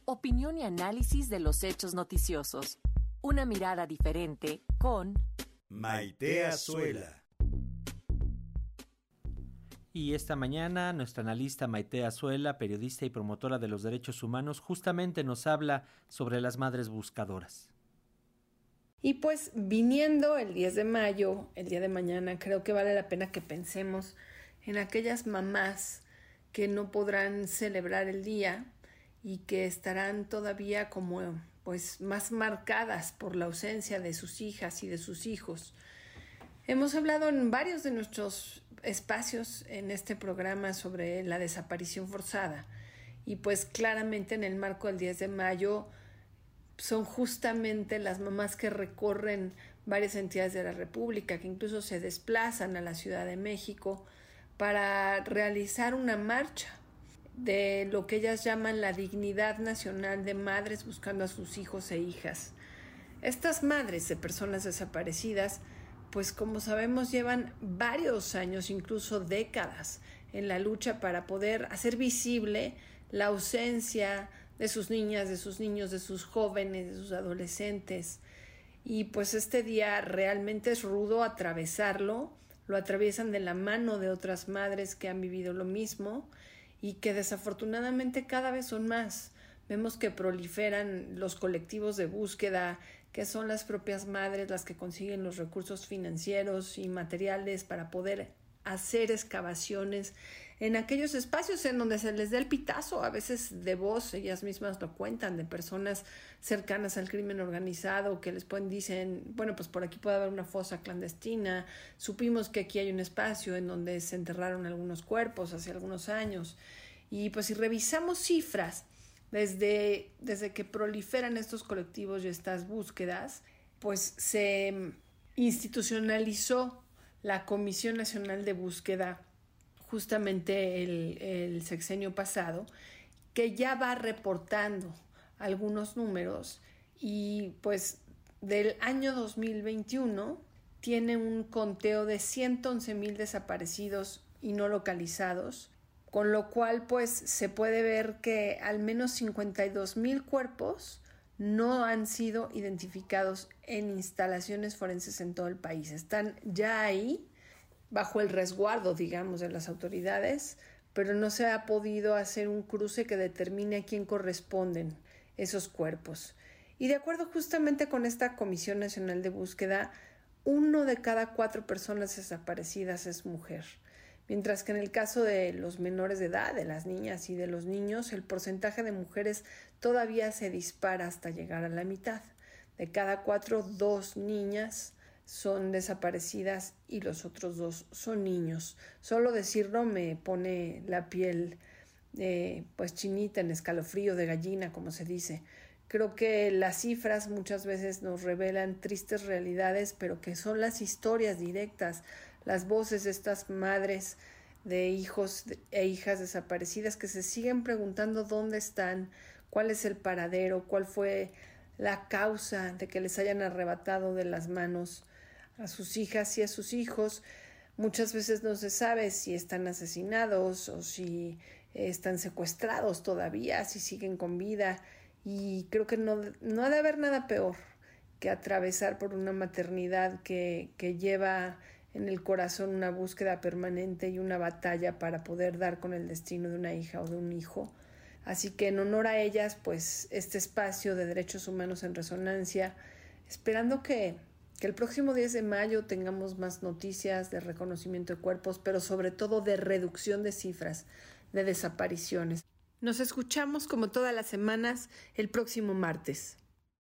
Opinión y análisis de los hechos noticiosos. Una mirada diferente con Maite Azuela. Y esta mañana nuestra analista Maite Azuela, periodista y promotora de los derechos humanos, justamente nos habla sobre las madres buscadoras. Y pues viniendo el 10 de mayo, el día de mañana, creo que vale la pena que pensemos en aquellas mamás que no podrán celebrar el día y que estarán todavía como pues más marcadas por la ausencia de sus hijas y de sus hijos. Hemos hablado en varios de nuestros espacios en este programa sobre la desaparición forzada y pues claramente en el marco del 10 de mayo son justamente las mamás que recorren varias entidades de la República, que incluso se desplazan a la Ciudad de México para realizar una marcha de lo que ellas llaman la dignidad nacional de madres buscando a sus hijos e hijas. Estas madres de personas desaparecidas, pues como sabemos llevan varios años, incluso décadas, en la lucha para poder hacer visible la ausencia de sus niñas, de sus niños, de sus jóvenes, de sus adolescentes. Y pues este día realmente es rudo atravesarlo, lo atraviesan de la mano de otras madres que han vivido lo mismo y que desafortunadamente cada vez son más. Vemos que proliferan los colectivos de búsqueda, que son las propias madres las que consiguen los recursos financieros y materiales para poder hacer excavaciones en aquellos espacios en donde se les da el pitazo, a veces de voz, ellas mismas lo cuentan, de personas cercanas al crimen organizado que les dicen, bueno, pues por aquí puede haber una fosa clandestina, supimos que aquí hay un espacio en donde se enterraron algunos cuerpos hace algunos años, y pues si revisamos cifras desde que proliferan estos colectivos y estas búsquedas, pues se institucionalizó la Comisión Nacional de Búsqueda justamente el sexenio pasado, que ya va reportando algunos números y pues del año 2021 tiene un conteo de 111,000 desaparecidos y no localizados, con lo cual pues se puede ver que al menos 52,000 cuerpos no han sido identificados en instalaciones forenses en todo el país. Están ya ahí, bajo el resguardo, digamos, de las autoridades, pero no se ha podido hacer un cruce que determine a quién corresponden esos cuerpos. Y de acuerdo justamente con esta Comisión Nacional de Búsqueda, 1 de cada 4 personas desaparecidas es mujer. Mientras que en el caso de los menores de edad, de las niñas y de los niños, el porcentaje de mujeres todavía se dispara hasta llegar a la mitad. De cada 4, 2 niñas son desaparecidas y los otros 2 son niños. Solo decirlo me pone la piel pues chinita, en escalofrío de gallina, como se dice. Creo que las cifras muchas veces nos revelan tristes realidades, pero que son las historias directas, las voces de estas madres de hijos e hijas desaparecidas que se siguen preguntando dónde están, cuál es el paradero, cuál fue la causa de que les hayan arrebatado de las manos a sus hijas y a sus hijos. Muchas veces no se sabe si están asesinados o si están secuestrados todavía, si siguen con vida. Y creo que no ha de haber nada peor que atravesar por una maternidad que lleva en el corazón una búsqueda permanente y una batalla para poder dar con el destino de una hija o de un hijo. Así que en honor a ellas, pues este espacio de derechos humanos en resonancia, esperando que el próximo 10 de mayo tengamos más noticias de reconocimiento de cuerpos, pero sobre todo de reducción de cifras de desapariciones. Nos escuchamos como todas las semanas el próximo martes.